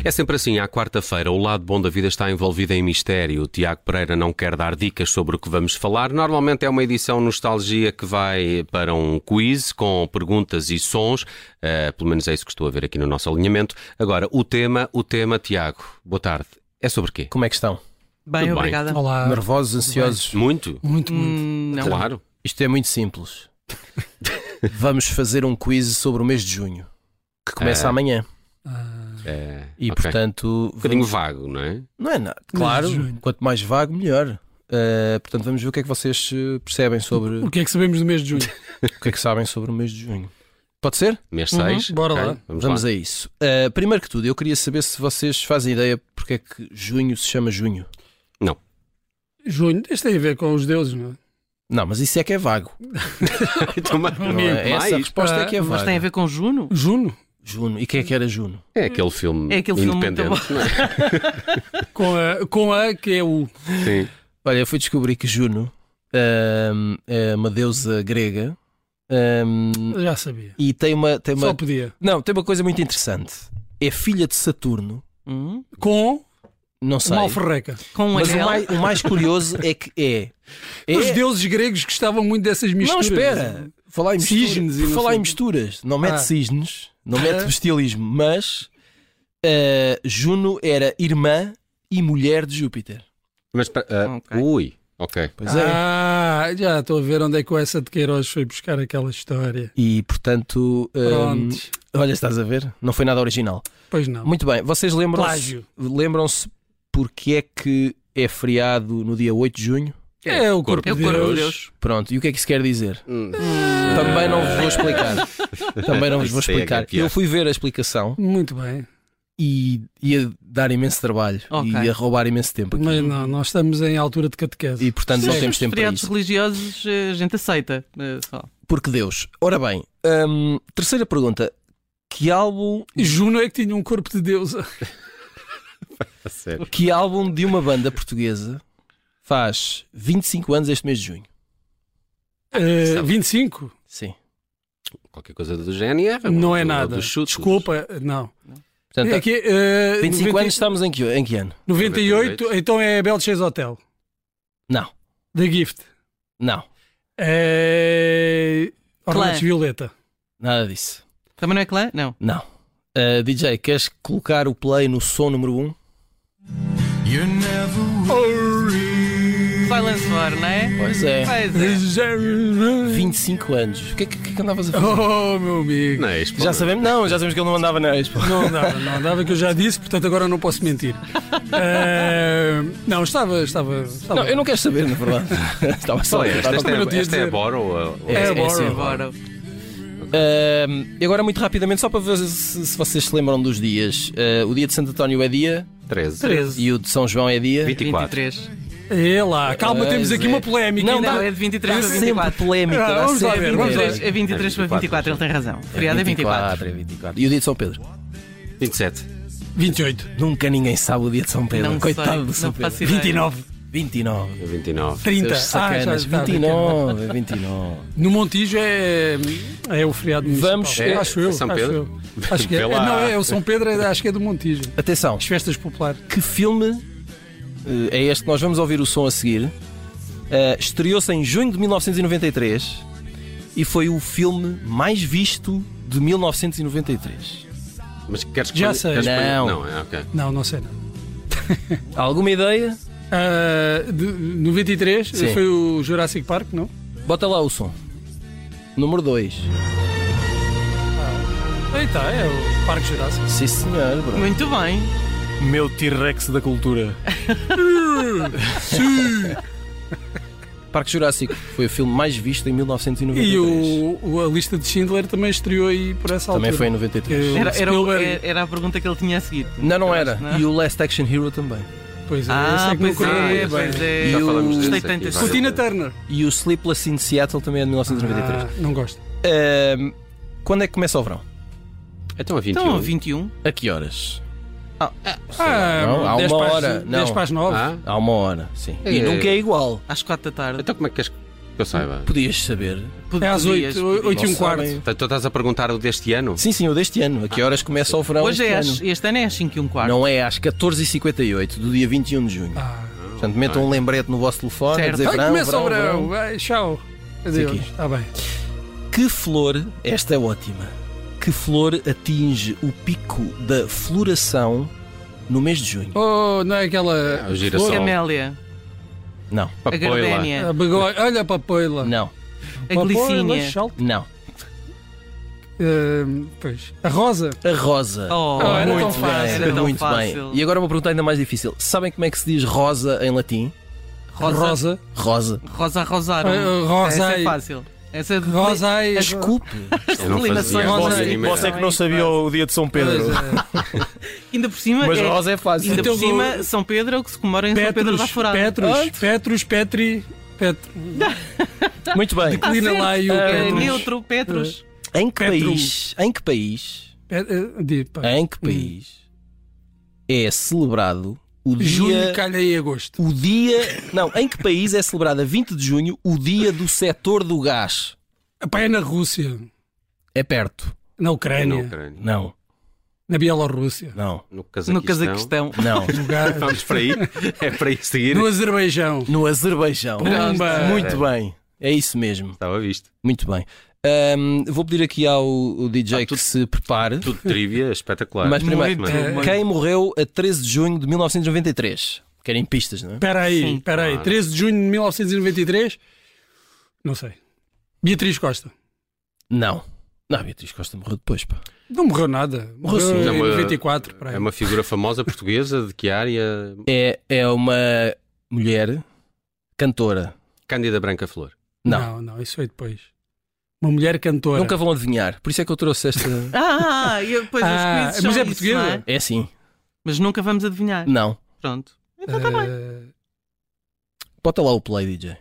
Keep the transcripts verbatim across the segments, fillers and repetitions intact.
É sempre assim, à quarta-feira, o lado bom da vida está envolvido em mistério. O Tiago Pereira não quer dar dicas sobre o que vamos falar. Normalmente é uma edição nostalgia que vai para um quiz com perguntas e sons. Uh, pelo menos é isso que estou a ver aqui no nosso alinhamento. Agora, o tema, o tema, Tiago, boa tarde. É sobre quê? Como é que estão? Bem, Tudo bem. obrigada. Olá. Nervosos, ansiosos? Muito? Muito, muito. Hum, não. Claro. Isto é muito simples. Vamos fazer um quiz sobre o mês de junho, que começa É. amanhã. É, E, ok. portanto... Um bocadinho vamos- vago, não é? Não é nada. Mês Claro, de junho. quanto mais vago, melhor. Uh, portanto, vamos ver o que é que vocês uh, percebem sobre... O que é que sabemos do mês de junho? o que é que sabem sobre o mês de junho. Pode ser? Mês Uhum, seis. bora ok, lá. Vamos, Vamos lá. a isso. Uh, primeiro que tudo, eu queria saber se vocês fazem ideia porque é que junho se chama junho. Junho, isto tem a ver com os deuses, não é? Não, mas isso é que é vago. Então, mas- Não é? Essa mais? resposta é que é Mas vaga. tem a ver com Juno? Juno, Juno. E quem é que era Juno? É aquele filme É aquele filme muito independente, não é? com a, com a que é o... Sim. Olha, eu fui descobrir que Juno um, é uma deusa grega um, Já sabia. e tem uma, tem Só uma... podia. Não, tem uma coisa muito interessante. É filha de Saturno. Hum? Com Não sei. uma alforreca. Com um Mas o anel? mais, o mais curioso é que é... é... Os deuses gregos gostavam muito dessas Não, misturas. espera. Falar em misturas. Cisnes e Por não falar sei. em misturas. Não mete Ah. cisnes, não mete Ah. bestialismo, mas uh, Juno era irmã e mulher de Júpiter. Mas, pa- ah, Ok. ui, ok. Pois é. Ah, já estou a ver onde é que o Essa de Queiroz foi buscar aquela história. E portanto, um, Pronto. olha, estás a ver? Não foi nada original. Pois não. Muito bem, vocês lembram-se Plágio. lembram-se porque é que é feriado no dia oito de junho? É o corpo É o de corpo de Deus. Deus. Pronto, e o que é que isso quer dizer? Hum. Também não vos vou explicar. Também não vos vou Isso aí é que é explicar. pior. Eu fui ver a explicação Muito bem. e ia dar imenso trabalho Ok. e ia roubar imenso tempo aqui. Mas não, nós estamos em altura de catequese. E portanto não Sim, temos os tempo para feriados isso. religiosos eh, a gente aceita. eh, só. Porque Deus. Ora bem, hum, terceira pergunta. Que álbum, Juno é que tinha um corpo de deusa. A sério. que álbum de uma banda portuguesa faz vinte e cinco anos este mês de junho? Uh, vinte e cinco? Sim. Qualquer coisa do G N R? Não ou é do- nada. dos chutes. Desculpa, não. Portanto, É que, uh, vinte e cinco noventa anos estamos em que, em que ano? noventa e oito, então é Bel Chase Hotel. Não, The Gift. não, É... Ornatos Clã. Violeta. nada disso. Também não é clã? Não. Não. Uh, D J, queres colocar o play no som número um? Silence War, não é? Pois é. Pois é. vinte e cinco anos. O que é que, que, é que andavas a fazer? Oh, meu amigo. Não é Expo. Já sabemos? Não, já sabemos que ele não andava na Expo. Não andava, não andava, que eu já disse, portanto agora não posso mentir. Eh, não, estava, estava, estava. Não, eu não quero saber, na verdade. Estava só Qual a é esta? perguntar. Esta como eu te é, ia esta é a dizer. Bora ou a... ou- É, É, é, bora. sim. Agora. Uh, e agora, muito rapidamente, só para ver se, se vocês se lembram dos dias. Uh, o dia de Santo António é dia treze. treze. e o de São João é dia. vinte e quatro. vinte e três. É lá, calma, Pois temos aqui é. uma polémica. Não, ainda. Não, é de vinte e três Há para vinte e sempre quatro. polémica. Ah, dá vamos lá sempre ver, vamos lá ideia. ver. É vinte e três para vinte e quatro, ele tem razão. O feriado é vinte e quatro. É vinte e quatro. E o dia de São Pedro? vinte e sete. vinte e oito. Nunca ninguém sabe o dia de São Pedro. Não Coitado sei, do São não Pedro. faço ideia. vinte e nove. vinte e nove. vinte e nove. trinta. Seus Ah, já sacanas. está. vinte e nove. é vinte e nove. No Montijo é, é o feriado municipal. Vamos- é? acho eu. São acho Pedro? eu. Acho que é. Vê lá. Não, é o São Pedro, é- acho que é do Montijo. Atenção, As festas populares. que filme uh, é este que nós vamos ouvir o som a seguir? Uh, estreou-se em junho de mil novecentos e noventa e três e foi o filme mais visto de mil novecentos e noventa e três. Mas queres que Já ponha- sei. queres que ponha- Não. Não, é ok. Não, não sei não. Alguma ideia? Ah, de noventa e três Sim. foi o Jurassic Park, não? Bota lá o som. Número dois. Eita, é o Parque Jurássico. Sim, senhor, bro. Muito bem. Meu T-Rex da cultura. Parque Jurássico foi o filme mais visto em mil novecentos e noventa e três. E o, o- a lista de Schindler também estreou aí por essa Também altura. foi em noventa e três. Que- Era, era, o- Spielberg. era a pergunta que ele tinha a seguir. Não, não Eu era. acho, não? E o Last Action Hero também. Pois é, esse Ah, é que não pois correu é, muito bem. pois é. E Já o- falamos Gostei desse tanto aqui, desse vai. Com Tina Turner. E o Sleepless in Seattle também é de mil novecentos e noventa e três. Ah, não gosto. Ahm, quando é que começa o verão? Então a vinte e um. Então, vinte e um. A que horas? Ah, Não, há dez uma para as- hora, não. dez para as nove. Ah? Há uma hora, sim. É. E nunca é igual. Às quatro da tarde. Então como é que queres... Que eu saiba. Podias saber. É às Podias, oito, podias. oito e um Não quarto. sabem. Portanto, tu estás a perguntar o deste ano? Sim, sim, o deste ano. A que horas começa o verão Hoje este é ano? às, este ano é às cinco e um quarto. Não é às catorze e cinquenta e oito do dia vinte e um de junho. Ah. Portanto, metam um lembrete no vosso telefone a Certo. dizer Ai, verão, começa verão, o verão. verão. Vai, tchau. Adeus. aqui. Está bem. Que flor, esta é ótima, que flor atinge o pico da floração no mês de junho? Oh, não é aquela. o girassol. Camélia, Não, a Papoila. gardénia, A begói- Olha a papoila. não, a glicínia. não. Uh, pois. A rosa. A rosa. Oh, Oh, era muito tão fácil, bem, era tão muito fácil. bem. E agora uma pergunta ainda mais difícil. Sabem como é que se diz rosa em latim? Rosa, Rosa. Rosa. Rosa rosaram. Uh, rosa Essa é e- fácil. Essa é de Rosa ai- Desculpe. Eu não fazia Rosa a e- mínima Você ideia. que não sabia o dia de São Pois é. Ainda por cima, Mas é, rosa é fácil. ainda Então por vou- cima São Pedro é o que se comemora em São Pedro da Petrus, Forada. Petrus, Onde? Petrus, Petri, Petri. Muito bem. Está Declina certo. lá e o É Petrus. neutro, Petrus. Em que Petrum. país? Em que país? Pet- eh, di, pá. Em que país é celebrado o Junho dia calha em agosto. o dia, não, em que país é celebrado a vinte de junho o dia do setor do gás? Epá, é na Rússia, É perto. na Na Ucrânia, Ucrânia. Não, na Bielorrússia, não, No Cazaquistão. No Cazaquistão. não. no, Ga- Vamos para aí? É para aí seguir? no Azerbaijão. No Azerbaijão. Pumba! Muito bem. É isso mesmo. Estava visto. Muito bem. Ahm, vou pedir aqui ao o D J Ah, que tudo- se prepare. Tudo trivia, espetacular. Mas primeiro, Muito, Eh, muito. quem morreu a treze de junho de mil novecentos e noventa e três? Querem pistas, não é? Espera aí, Sim. espera aí. Claro. treze de junho de mil novecentos e noventa e três? Não sei. Beatriz Costa. Não. Não, Beatriz Costa morreu depois, pá. Não morreu nada. Morreu sim. Morreu É em uma- noventa e quatro. para aí. É uma figura famosa portuguesa de que área? É, é uma mulher cantora. Cândida Branca Flor. Não. Não, não, isso foi depois. Uma mulher cantora. Nunca vão adivinhar. Por isso é que eu trouxe esta. Ah, e depois Ah, os quizzes mas são é isso, portuguesa? não é? É assim. Mas nunca vamos adivinhar. Não. Pronto. Então está bem. Eh, Bota lá o play, D J.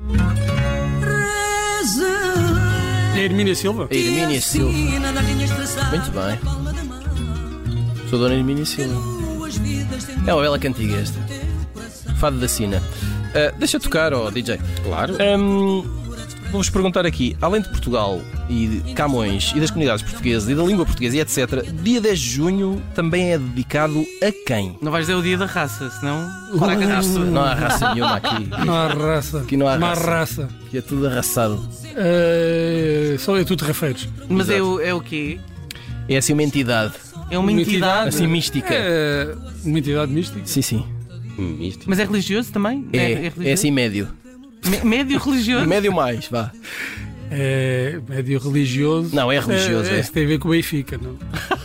É Hermínia Silva? A Hermínia Silva. Muito bem. Sou a Dona Hermínia Silva. É uma bela cantiga esta. Fado da Sina. Ah, deixa tocar, ó D J. Claro. Hum, Vou-vos perguntar aqui, além de Portugal e de Camões e das comunidades portuguesas e da língua portuguesa e etcétera, dia dez de junho também é dedicado a quem? Não vais dizer o dia da raça, senão fraca raça. Não há raça nenhuma aqui. Não há raça. Aqui não há Não há raça. raça. Aqui é tudo arraçado. Eh, só é tudo rafeiros. Mas é Exato. o, é o quê? É assim uma entidade. É uma entidade. Assim mística. É uma entidade mística. Sim, sim. Hum, isto. Mas é religioso também? É, religioso? é assim médio. Me- Médio religioso? Médio mais, vá. É médio religioso. Não, é religioso, É, é. Isso tem a ver com o Benfica, não?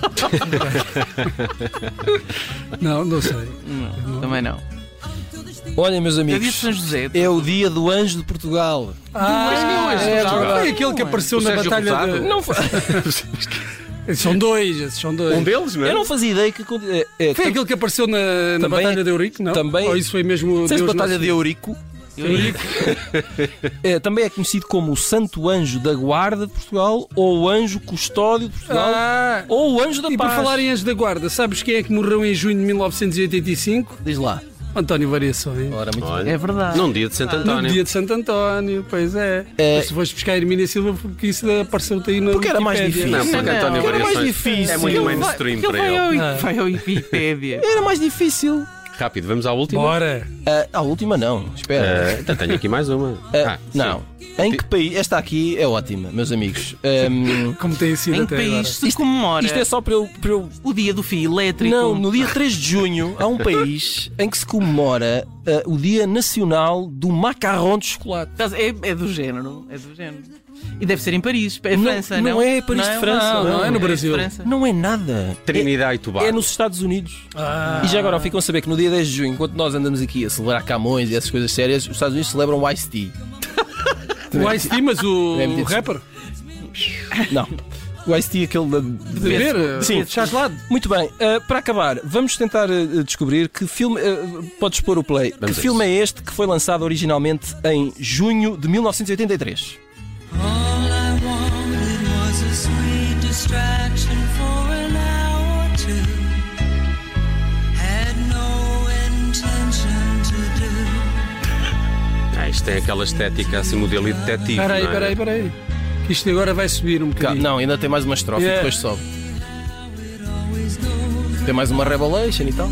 não, não sei. Não, também não. Olhem, meus É o dia de amigos, São José. é o dia do Anjo de Portugal. Ah, é verdade. foi aquele que apareceu O na Sérgio batalha Rosado? de... Não fa- Esses são dois, esses são dois. Um deles, não é? Eu não fazia ideia que. É, é, Foi aquele que apareceu na, na Também- Batalha de Eurico, não? também- Ou isso foi mesmo Disseste Deus Batalha Nosso- de Eurico. Eurico? É, também é conhecido como o Santo Anjo da Guarda de Portugal, ou o Anjo Custódio de Portugal, Ah, ou o Anjo da e por Paz. falar em Anjo da Guarda, sabes quem é que morreu em junho de mil novecentos e oitenta e cinco? Diz lá. António Variações. Ora, muito Olha, É verdade. Num dia de Santo No António. dia de Santo António, pois é. É. Mas se foste buscar a Hermínia Silva, porque isso apareceu-te aí na Porque era mais Wikipédia. difícil. Não, porque Não, António porque era mais Variações difícil. é muito Ele mainstream Ele para vai ele. ao, Ah. vai ao Wikipédia. Era mais difícil. Rápido, vamos à última. Bora. Ah, a última não, espera. Ah, então tenho aqui mais uma. Ah, Ah, não. sim. Em que país? Esta aqui é ótima, meus amigos. Ahm, Como tem sido Em que até país se Isto- comemora isto é só para eu, para eu o dia do fio elétrico? Não, no dia três de junho há um país em que se comemora ah, o Dia Nacional do Macarrão de Chocolate. Estás- É, é do género. É do género. E deve ser em Paris. É Não- França, não não? é Paris de França, não, não, é no Brasil. França. Não é nada. Trinidade e Tobago. É, é nos Estados Unidos. Ah. E já agora ficam a saber que no dia dez de junho, enquanto nós andamos aqui a celebrar Camões e essas coisas sérias, os Estados Unidos celebram o Ice Tea. O Ice Tea, mas o, É o metido- rapper? Não. O Ice Tea, aquele da. De beber? Sim. Chá gelado? Muito bem, ah, para acabar, vamos tentar ah, descobrir que filme. ah, podes pôr o play. Vamos que a filme isso. é este que foi lançado originalmente em junho de mil novecentos e oitenta e três? All I wanted was a sweet distraction for an hour or two. Had no intention to do. Ah, isto Isto tem aquela estética assim, modelo e detetive. Espera aí, não é? espera aí, espera aí. Que isto agora vai subir um Cá- bocadinho. Não, ainda tem mais uma estrofe Yeah. e depois sobe. Tem mais uma Revelation e tal.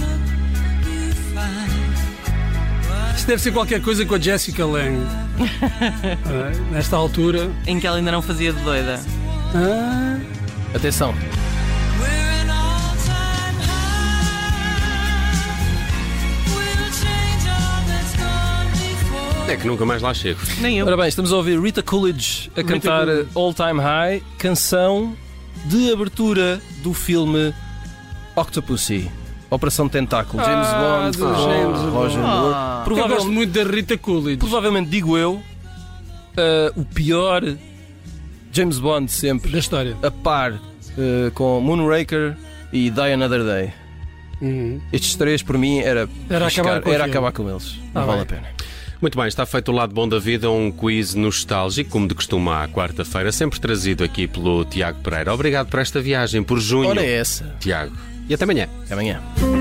Isto deve ser qualquer coisa com a Jessica Lange. Ah, nesta altura. Em que ela ainda não fazia de doida. Ah, Atenção. We're an all-time high. We'll change all that's gone before. É que nunca mais lá chego. Nem eu. Ora bem, estamos a ouvir Rita Coolidge a cantar Coolidge. All Time High, canção de abertura do filme Octopussy, Operação Tentáculo, James Ah, Bond, do com James Roger Bond. Moore. Ah. eu Provavelmente, gosto muito da Rita Coolidge. provavelmente digo eu, ah, o pior James Bond sempre, Da história. a par ah, com Moonraker e Die Another Day. Uhum. Estes três, por mim, era, Era arriscar- acabar com era aquilo. acabar com eles. Ah, Não vale bem. a pena. Muito bem, está feito o lado bom da vida, um quiz nostálgico, como de costume à quarta-feira, sempre trazido aqui pelo Tiago Pereira. Obrigado por esta viagem, por junho, Ora é essa. Tiago. E até amanhã. Até amanhã.